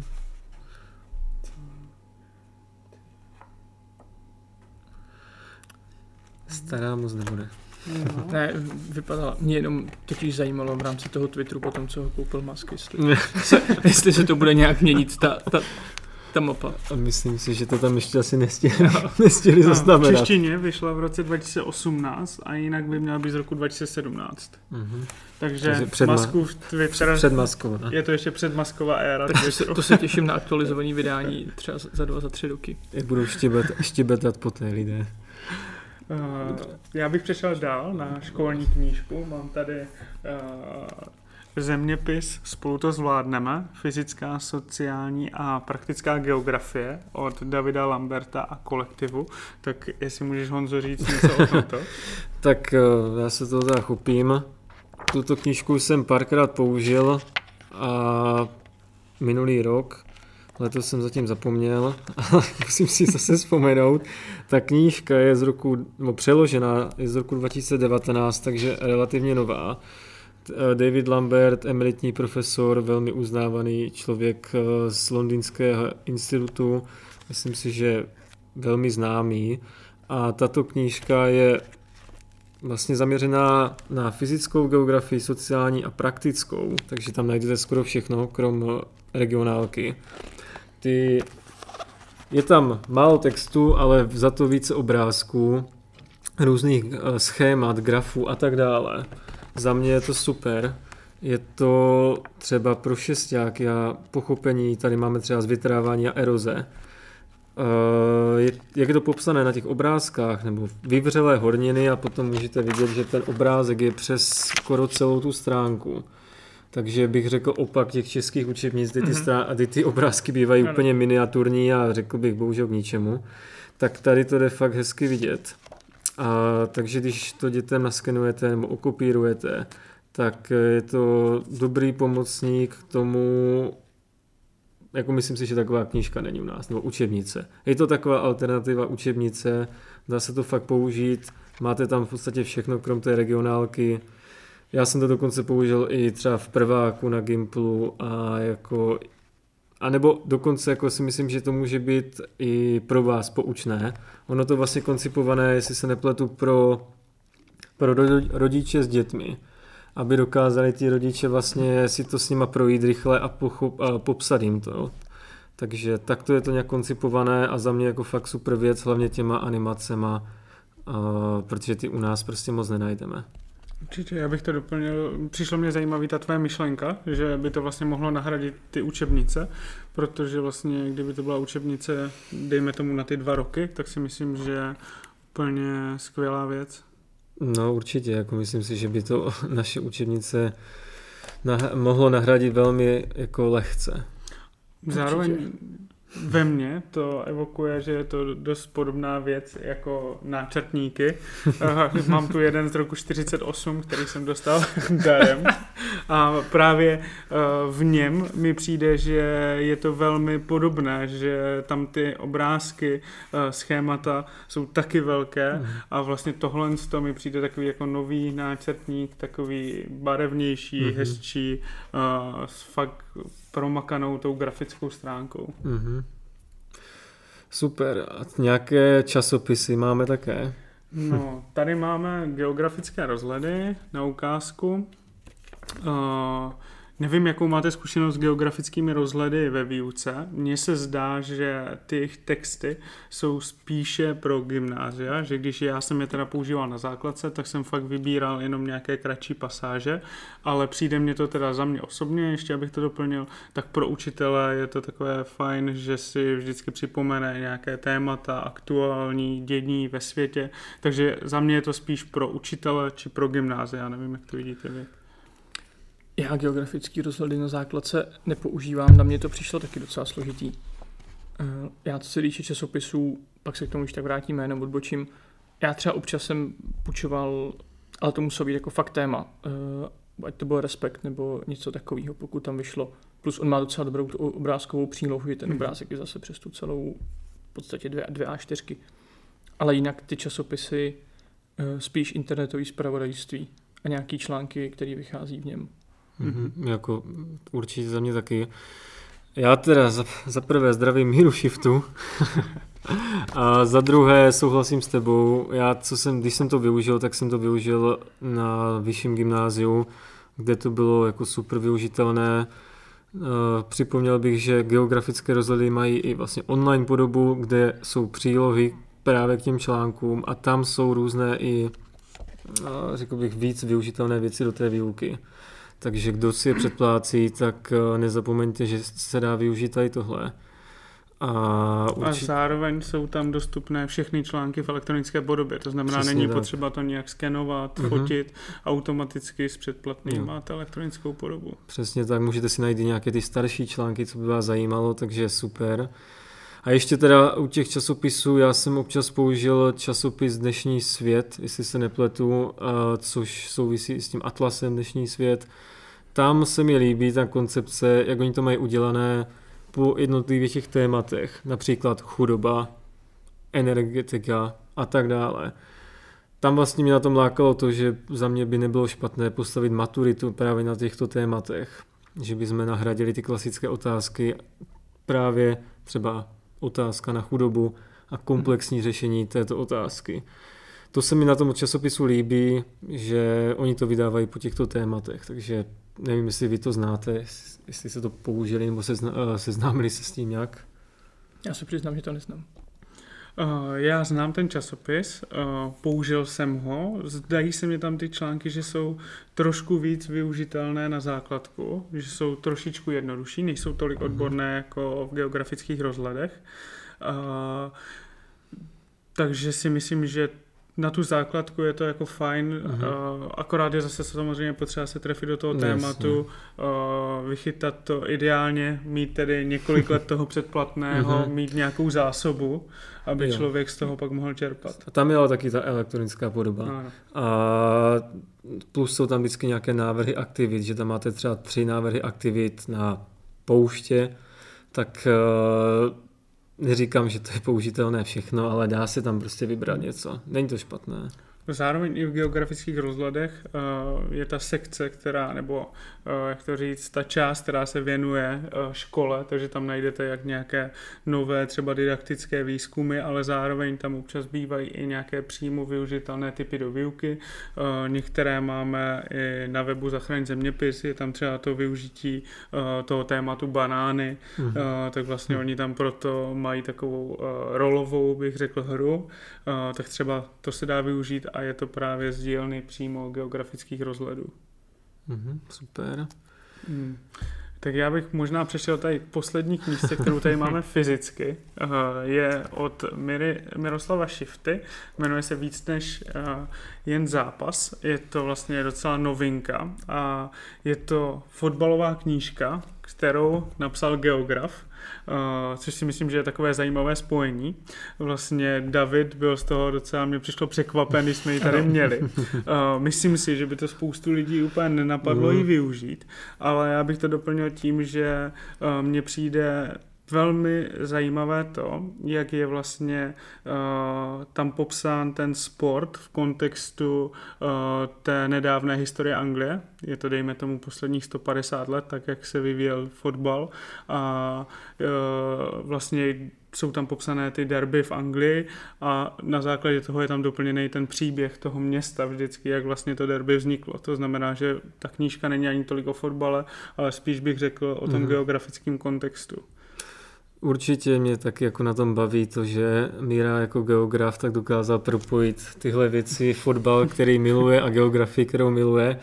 Stará moc nebude. No. Ne, vypadala. Mě jenom totiž zajímalo v rámci toho Twitteru potom, co ho koupil Musk, jestli, se, jestli se to bude nějak měnit, ta, ta, ta mapa. A myslím si, že to tam ještě asi nestihli, nestihli zaznamenat. V češtině vyšla v roce dva tisíce osmnáct a jinak by měla být z roku dva tisíce sedmnáct. Mm-hmm. Takže, Takže před Muskův Twitter před Muskova, je to ještě před Musková éra. Tak to se, to se těším na aktualizované vydání třeba za dva, za tři roky. Jak budou štěbet, štěbetat po té lidé. Uh, já bych přešel dál na školní knížku. Mám tady uh, zeměpis Spolu to zvládneme, fyzická, sociální a praktická geografie od Davida Lamberta a kolektivu. Tak jestli můžeš, Honzo, říct něco o tomto? Tak uh, já se toho teda chopím. Tuto knížku jsem párkrát použil a minulý rok, letos jsem zatím zapomněl, ale musím si zase vzpomenout. Ta knížka je z roku, no přeložená, je z roku dva tisíce devatenáct, takže relativně nová. David Lambert, emeritní profesor, velmi uznávaný člověk z Londýnského institutu, myslím si, že velmi známý. A tato knížka je vlastně zaměřená na fyzickou geografii, sociální a praktickou, takže tam najdete skoro všechno, krom regionálky. Ty, je tam málo textu, ale za to více obrázků, různých schémat, grafů a tak dále. Za mě je to super. Je to třeba pro šesťáky a pochopení, tady máme třeba zvětrávání a eroze. Je, jak je to popsané na těch obrázkách, nebo vyvřelé horniny a potom můžete vidět, že ten obrázek je přes skoro celou tu stránku. Takže bych řekl opak těch českých učebnic, kdy ty, strán- kdy ty obrázky bývají ano. úplně miniaturní a řekl bych bohužel k ničemu. Tak tady to jde fakt hezky vidět. A takže když to dětem naskenujete nebo okopírujete, tak je to dobrý pomocník k tomu, jako myslím si, že taková knížka není u nás, nebo učebnice. Je to taková alternativa učebnice, dá se to fakt použít, máte tam v podstatě všechno, krom té regionálky. Já jsem to dokonce použil i třeba v prváku na Gimplu a jako, a nebo dokonce jako si myslím, že to může být i pro vás poučné. Ono to vlastně koncipované, jestli se nepletu, pro, pro rodiče s dětmi, aby dokázali ti rodiče vlastně si to s nima projít rychle a, pochop, a popsat jim to. Takže takto je to nějak koncipované a za mě jako fakt super věc, hlavně těma animacema, uh, protože ty u nás prostě moc nenajdeme. Určitě, já bych to doplnil. Přišlo mě zajímavý ta tvoje myšlenka, že by to vlastně mohlo nahradit ty učebnice, protože vlastně, kdyby to byla učebnice, dejme tomu na ty dva roky, tak si myslím, že je úplně skvělá věc. No určitě, jako myslím si, že by to naše učebnice nah- mohlo nahradit velmi jako lehce. Zároveň určitě. Ve mně to evokuje, že je to dost podobná věc jako náčrtníky. Mám tu jeden z roku čtyřicet osm, který jsem dostal darem. A právě v něm mi přijde, že je to velmi podobné, že tam ty obrázky, schémata jsou taky velké a vlastně tohle z toho mi přijde takový jako nový náčrtník, takový barevnější, mm-hmm. hezčí, s fakt promakanou tou grafickou stránkou. Mm-hmm. Super. A nějaké časopisy máme také? No, tady máme geografické rozhledy na ukázku. Uh, nevím, jakou máte zkušenost s geografickými rozhledy ve výuce. Mně se zdá, že ty texty jsou spíše pro gymnázia, že když já jsem je teda používal na základce, tak jsem fakt vybíral jenom nějaké kratší pasáže, ale přijde mně to teda za mě osobně, ještě abych to doplnil, tak pro učitele je to takové fajn, že si vždycky připomene nějaké témata, aktuální dění ve světě, takže za mě je to spíš pro učitele či pro gymnázia, nevím, jak to vidíte vy. Já geografický rozhledy na základce nepoužívám, na mě to přišlo taky docela složitý. Já co se týče časopisů, pak se k tomu už tak vrátíme, jenom odbočím. Já třeba občas jsem půjčoval, ale to muselo být jako fakt téma, ať to byl Respekt nebo něco takového, pokud tam vyšlo. Plus on má docela dobrou tu obrázkovou přílohu, že ten hmm. obrázek je zase přes tu celou v podstatě dvě, dvě á čtyři. Ale jinak ty časopisy spíš internetový zpravodajství a nějaký články, které vychází v něm. Mm-hmm. Jako určitě za mě taky. Já teda za, za prvé zdravím Míru Shiftu a za druhé souhlasím s tebou. Já, co jsem, když jsem to využil, tak jsem to využil na vyšším gymnáziu, kde to bylo jako super využitelné. Připomněl bych, že geografické rozhledy mají i vlastně online podobu, kde jsou přílohy právě k těm článkům a tam jsou různé i, řekl bych, víc využitelné věci do té výuky. Takže kdo si je předplácí, tak nezapomeňte, že se dá využít tady tohle. A, určitě... a zároveň jsou tam dostupné všechny články v elektronické podobě, to znamená, přesně není tak. Potřeba to nějak skenovat, uh-huh. fotit, automaticky s předplatným jo. máte elektronickou podobu. Přesně tak, můžete si najít nějaké ty starší články, co by vás zajímalo, takže super. A ještě teda u těch časopisů, já jsem občas použil časopis Dnešní svět, jestli se nepletu, což souvisí s tím atlasem Dnešní svět. Tam se mi líbí ta koncepce, jak oni to mají udělané po jednotlivých těch tématech, například chudoba, energetika a tak dále. Tam vlastně mě na tom lákalo to, že za mě by nebylo špatné postavit maturitu právě na těchto tématech, že bychom nahradili ty klasické otázky, právě třeba otázka na chudobu a komplexní řešení této otázky. To se mi na tom časopisu líbí, že oni to vydávají po těchto tématech, takže nevím, jestli vy to znáte, jestli se to použili nebo se seznámili se s tím nějak. Já se přiznám, že to neznám. Uh, já znám ten časopis, uh, použil jsem ho, zdají se mi tam ty články, že jsou trošku víc využitelné na základku, že jsou trošičku jednodušší, nejsou tolik odborné jako v geografických rozhledech. Uh, takže si myslím, že na tu základku je to jako fajn, uh-huh. uh, akorát je zase samozřejmě potřeba se trefit do toho tématu, uh, vychytat to ideálně, mít tedy několik let toho předplatného, uh-huh. mít nějakou zásobu, aby jo. člověk z toho pak mohl čerpat. A tam je ale taky ta elektronická podoba. Ano. A plus jsou tam vždycky nějaké návrhy aktivit, že tam máte třeba tři návrhy aktivit na pouště, tak uh, neříkám, že to je použitelné všechno, ale dá se tam prostě vybrat něco. Není to špatné. Zároveň i v geografických rozhledech uh, je ta sekce, která, nebo uh, jak to říct, ta část, která se věnuje uh, škole, takže tam najdete jak nějaké nové třeba didaktické výzkumy, ale zároveň tam občas bývají i nějaké přímo využitelné typy do výuky. Uh, některé máme i na webu Zachraň zeměpis, je tam třeba to využití uh, toho tématu banány, mhm. uh, tak vlastně oni tam proto mají takovou uh, rolovou, bych řekl, hru, uh, tak třeba to se dá využít a je to právě z dílny přímo geografických rozhledů. Mm-hmm, super. Hmm. Tak já bych možná přešel tady k poslední knížce, kterou tady máme fyzicky. Je od Miry, Miroslava Shifty, jmenuje se Víc než jen zápas. Je to vlastně docela novinka a je to fotbalová knížka, kterou napsal geograf, Uh, což si myslím, že je takové zajímavé spojení. Vlastně David byl z toho docela, mě přišlo překvapen, když jsme ji tady měli. Uh, myslím si, že by to spoustu lidí úplně nenapadlo mm. ji využít, ale já bych to doplnil tím, že uh, mně přijde velmi zajímavé to, jak je vlastně uh, tam popsán ten sport v kontextu uh, té nedávné historie Anglie. Je to, dejme tomu, posledních sto padesát let, tak jak se vyvíjel fotbal a uh, vlastně jsou tam popsané ty derby v Anglii a na základě toho je tam doplněný ten příběh toho města vždycky, jak vlastně to derby vzniklo. To znamená, že ta knížka není ani tolik o fotbale, ale spíš bych řekl o tom mm. geografickém kontextu. Určitě mě taky jako na tom baví to, že Míra jako geograf tak dokázal propojit tyhle věci, fotbal, který miluje a geografii, kterou miluje.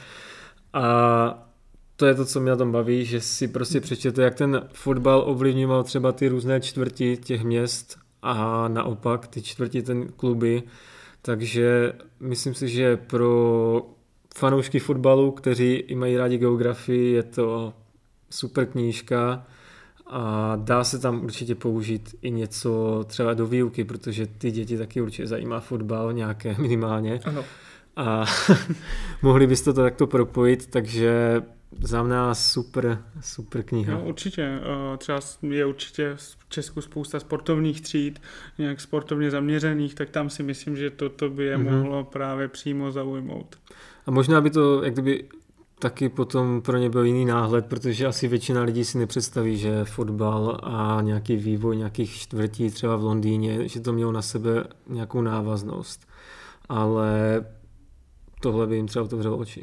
A to je to, co mě na tom baví, že si prostě přečtěte, jak ten fotbal ovlivňoval třeba ty různé čtvrti těch měst a naopak ty čtvrti ten kluby. Takže myslím si, že pro fanoušky fotbalu, kteří i mají rádi geografii, je to super knížka. A dá se tam určitě použít i něco třeba do výuky, protože ty děti taky určitě zajímá fotbal nějaké minimálně. Ano. A mohli byste to takto propojit, takže za nás super, super kniha. No, určitě. Třeba je určitě v Česku spousta sportovních tříd, nějak sportovně zaměřených, tak tam si myslím, že toto by je mm-hmm. mohlo právě přímo zaujmout. A možná by to jak kdyby taky potom pro ně byl jiný náhled, protože asi většina lidí si nepředstaví, že fotbal a nějaký vývoj nějakých čtvrtí třeba v Londýně, že to mělo na sebe nějakou návaznost. Ale tohle by jim třeba otevřelo oči.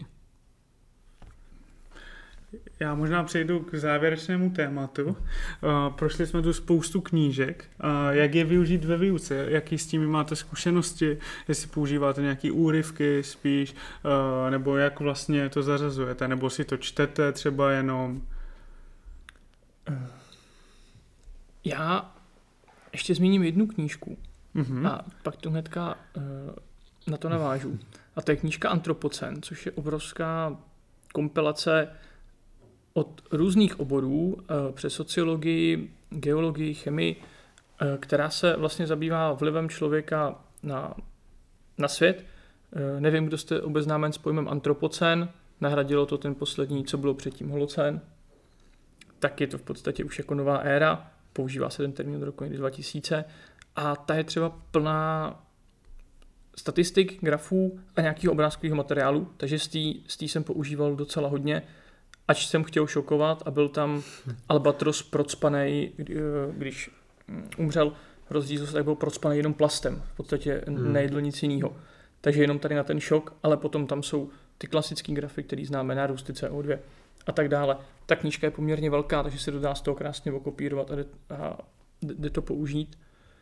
Já možná přejdu k závěrečnému tématu. Prošli jsme tu spoustu knížek. Jak je využít ve výuce? Jaký s tím máte zkušenosti? Jestli používáte nějaké úryvky spíš? Nebo jak vlastně to zařazujete? Nebo si to čtete třeba jenom? Já ještě zmíním jednu knížku. Mm-hmm. A pak to hnedka na to navážu. A to je knížka Antropocen, což je obrovská kompilace od různých oborů přes sociologii, geologii, chemii, která se vlastně zabývá vlivem člověka na, na svět. Nevím, kdo jste obeznámen s pojmem antropocén, nahradilo to ten poslední, co bylo předtím holocén. Tak je to v podstatě už jako nová éra, používá se ten termín od roku dva tisíce a ta je třeba plná statistik, grafů a nějakého obrázkového materiálu, takže z té jsem používal docela hodně, ač jsem chtěl šokovat a byl tam albatros procpanej, když umřel, rozdíl tak byl procpanej jenom plastem, v podstatě hmm. nejedl nic jiného. Takže jenom tady na ten šok, ale potom tam jsou ty klasické grafy, které známe, nárůsty C O dva a tak dále. Ta knížka je poměrně velká, takže se to dá z toho krásně okopírovat a jde, a jde to použít.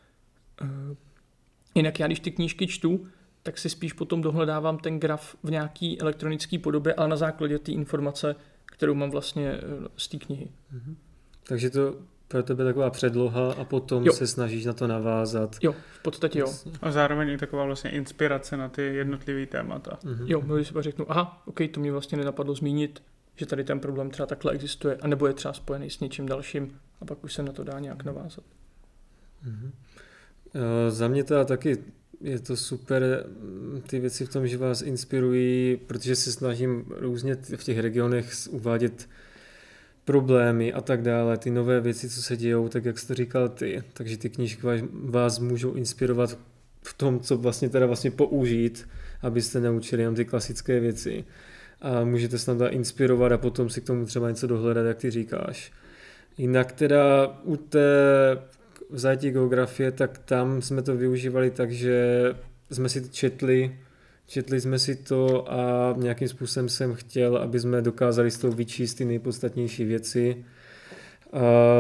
Jinak já, když ty knížky čtu, tak si spíš potom dohledávám ten graf v nějaký elektronické podobě, ale na základě té informace, kterou mám vlastně z té knihy. Mhm. Takže to pro tebe taková předloha a potom jo. se snažíš na to navázat. Jo, v podstatě jo. A zároveň i taková vlastně inspirace na ty jednotlivý témata. Mhm. Jo, když si pak řeknu, aha, ok, to mě vlastně nenapadlo zmínit, že tady ten problém třeba takhle existuje, anebo je třeba spojený s něčím dalším a pak už se na to dá nějak navázat. Mhm. Uh, za mě teda taky je to super ty věci v tom, že vás inspirují, protože se snažím různě v těch regionech uvádět problémy a tak dále, ty nové věci, co se dějou, tak jak jsi to říkal ty. Takže ty knížky vás, vás můžou inspirovat v tom, co vlastně teda vlastně použít, abyste naučili jenom ty klasické věci. A můžete se tam inspirovat a potom si k tomu třeba něco dohledat, jak ty říkáš. Jinak teda u té v zajetí geografie, tak tam jsme to využívali tak, že jsme si to četli, četli jsme si to a nějakým způsobem jsem chtěl, aby jsme dokázali z toho vyčíst ty nejpodstatnější věci. A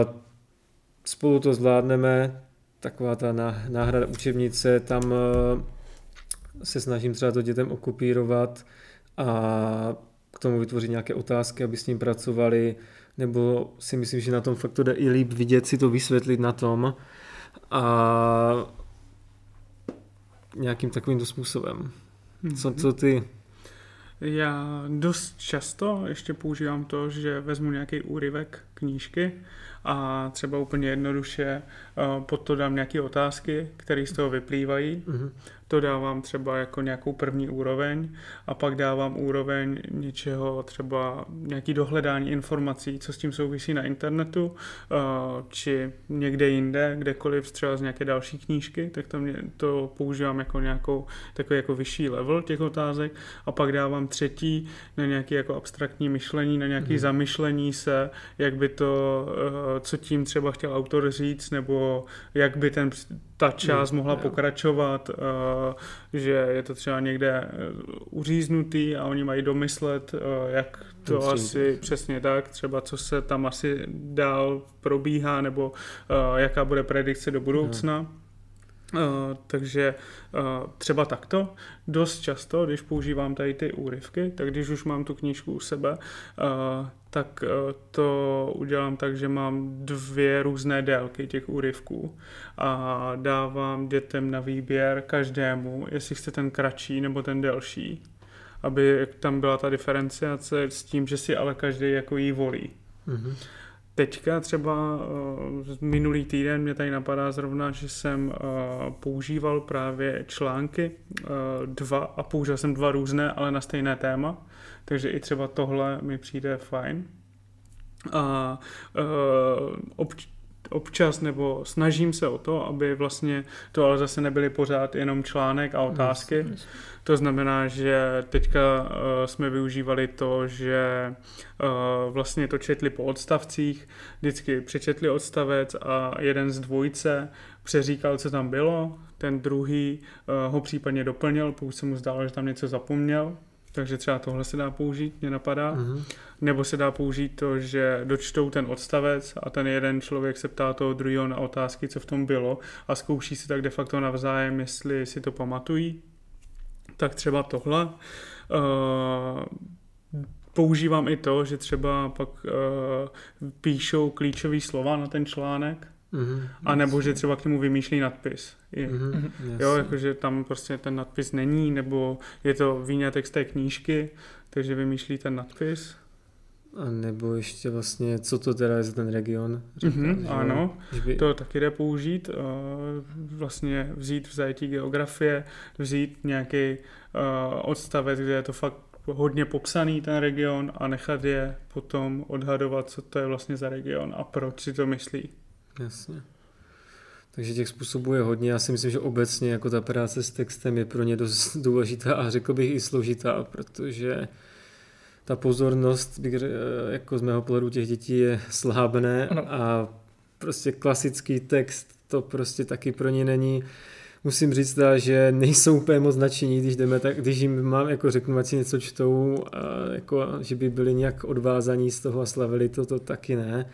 spolu to zvládneme, taková ta náhrada učebnice, tam se snažím třeba to dětem okopírovat a k tomu vytvořit nějaké otázky, aby s ním pracovali, nebo si myslím, že na tom fakt to jde i líp vidět, si to vysvětlit na tom a nějakým takovýmto způsobem. Co, co ty? Já dost často ještě používám to, že vezmu nějaký úryvek knížky a třeba úplně jednoduše pod to dám nějaké otázky, které z toho vyplývají. Mm-hmm. To dávám třeba jako nějakou první úroveň a pak dávám úroveň něčeho, třeba nějaký dohledání informací, co s tím souvisí na internetu, či někde jinde, kdekoliv třeba z nějaké další knížky, tak to, mě, to používám jako nějakou takový jako vyšší level těch otázek a pak dávám třetí na nějaké jako abstraktní myšlení, na nějaké mm. zamyšlení se, jak by to, co tím třeba chtěl autor říct, nebo jak by ten ta část mohla yeah. pokračovat, že je to třeba někde uříznutý a oni mají domyslet, jak to asi přesně tak, třeba co se tam asi dál probíhá, nebo jaká bude predikce do budoucna. Yeah. Uh, takže uh, třeba takto, dost často, když používám tady ty úryvky, tak když už mám tu knížku u sebe, uh, tak uh, to udělám tak, že mám dvě různé délky těch úryvků a dávám dětem na výběr každému, jestli chce ten kratší nebo ten delší, aby tam byla ta diferenciace s tím, že si ale každý jako jí volí. Mm-hmm. teďka třeba uh, minulý týden mě tady napadá zrovna, že jsem uh, používal právě články uh, dva a použil jsem dva různé, ale na stejné téma, takže i třeba tohle mi přijde fajn. A uh, obč- občas nebo snažím se o to, aby vlastně to ale zase nebyly pořád jenom článek a otázky. Yes, yes. To znamená, že teďka uh, jsme využívali to, že uh, vlastně to četli po odstavcích, vždycky přečetli odstavec a jeden z dvojice přeříkal, co tam bylo, ten druhý uh, ho případně doplnil, pokud se mu zdálo, že tam něco zapomněl. Takže třeba tohle se dá použít, mě napadá. Mm-hmm. Nebo se dá použít to, že dočtou ten odstavec a ten jeden člověk se ptá toho druhého na otázky, co v tom bylo a zkouší si tak de facto navzájem, jestli si to pamatují. Tak třeba tohle. Uh, používám i to, že třeba pak uh, píšou klíčové slova na ten článek, mm-hmm. a nebo že třeba k němu vymýšlí nadpis. Je, mm-hmm. Jo, jakože tam prostě ten nadpis není, nebo je to výňatek z té knížky, takže vymýšlí ten nadpis. A nebo ještě vlastně, co to teda je za ten region? Říká, mm-hmm, že, ano, že by... to taky jde použít. Uh, vlastně vzít v zajetí geografie, vzít nějaký uh, odstavec, kde je to fakt hodně popsaný ten region a nechat je potom odhadovat, co to je vlastně za region a proč si to myslí. Jasně. Takže těch způsobů je hodně. Já si myslím, že obecně jako ta práce s textem je pro ně dost důležitá a řekl bych i složitá, protože ta pozornost jako z mého pohledu těch dětí je slábné a prostě klasický text to prostě taky pro ně není. Musím říct, že nejsou úplně moc nadšení, když jdeme tak, když jim mám, jako řeknu, ať si něco čtou, a jako, že by byli nějak odvázaní z toho a slavili to, to taky ne.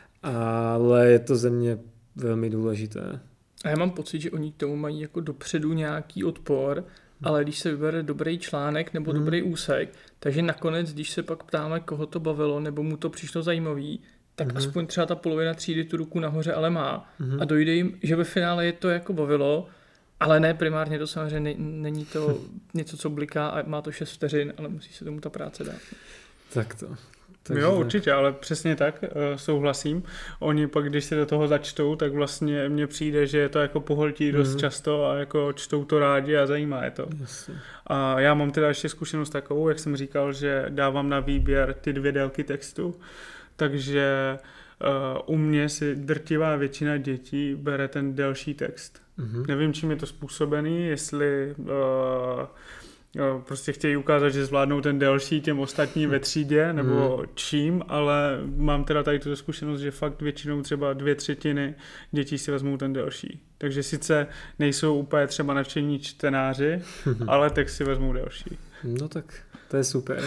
Ale je to ze mě velmi důležité. A já mám pocit, že oni k tomu mají jako dopředu nějaký odpor, ale když se vybere dobrý článek nebo hmm. dobrý úsek, takže nakonec, když se pak ptáme, koho to bavilo nebo mu to přišlo zajímavý, tak hmm. aspoň třeba ta polovina třídy tu ruku nahoře ale má. Hmm. A dojde jim, že ve finále je to jako bavilo, ale ne primárně to samozřejmě ne, není to něco, co bliká a má to šest vteřin, ale musí se tomu ta práce dát. Tak to. Takže jo, určitě, ale přesně tak, souhlasím. Oni pak, když se do toho začtou, tak vlastně mně přijde, že to jako pohltí dost mm. často a jako čtou to rádi a zajímá je to. Jasně. A já mám teda ještě zkušenost takovou, jak jsem říkal, že dávám na výběr ty dvě délky textu, takže uh, u mě si drtivá většina dětí bere ten delší text. Mm-hmm. Nevím, čím je to způsobený, jestli... Uh, Jo, prostě chtějí ukázat, že zvládnou ten delší těm ostatním ve třídě, nebo hmm. čím, ale mám teda tady tu zkušenost, že fakt většinou třeba dvě třetiny dětí si vezmou ten delší. Takže sice nejsou úplně třeba nadšení čtenáři, ale tak si vezmou delší. No tak, to je super.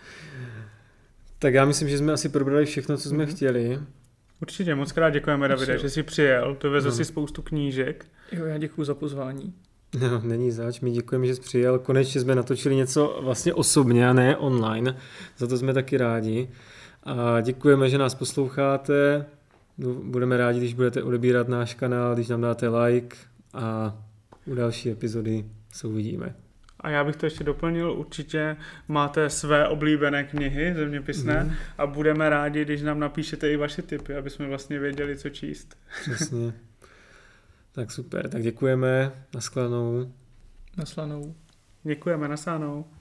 Tak já myslím, že jsme asi probrali všechno, co jsme hmm. chtěli. Určitě, moc krát děkujeme, Davide, že jsi přijel, dovezl no. si spoustu knížek. Jo, já děkuju za pozvání. No, není zač, my děkujeme, že jsi přijel. Konečně jsme natočili něco vlastně osobně a ne online. Za to jsme taky rádi. A děkujeme, že nás posloucháte. Budeme rádi, když budete odebírat náš kanál, když nám dáte like a u další epizody se uvidíme. A já bych to ještě doplnil, určitě máte své oblíbené knihy zeměpisné mm. a budeme rádi, když nám napíšete i vaše tipy, aby jsme vlastně věděli, co číst. Přesně. Tak super, tak děkujeme, naschledanou. Naslanou. Děkujeme, nasánou.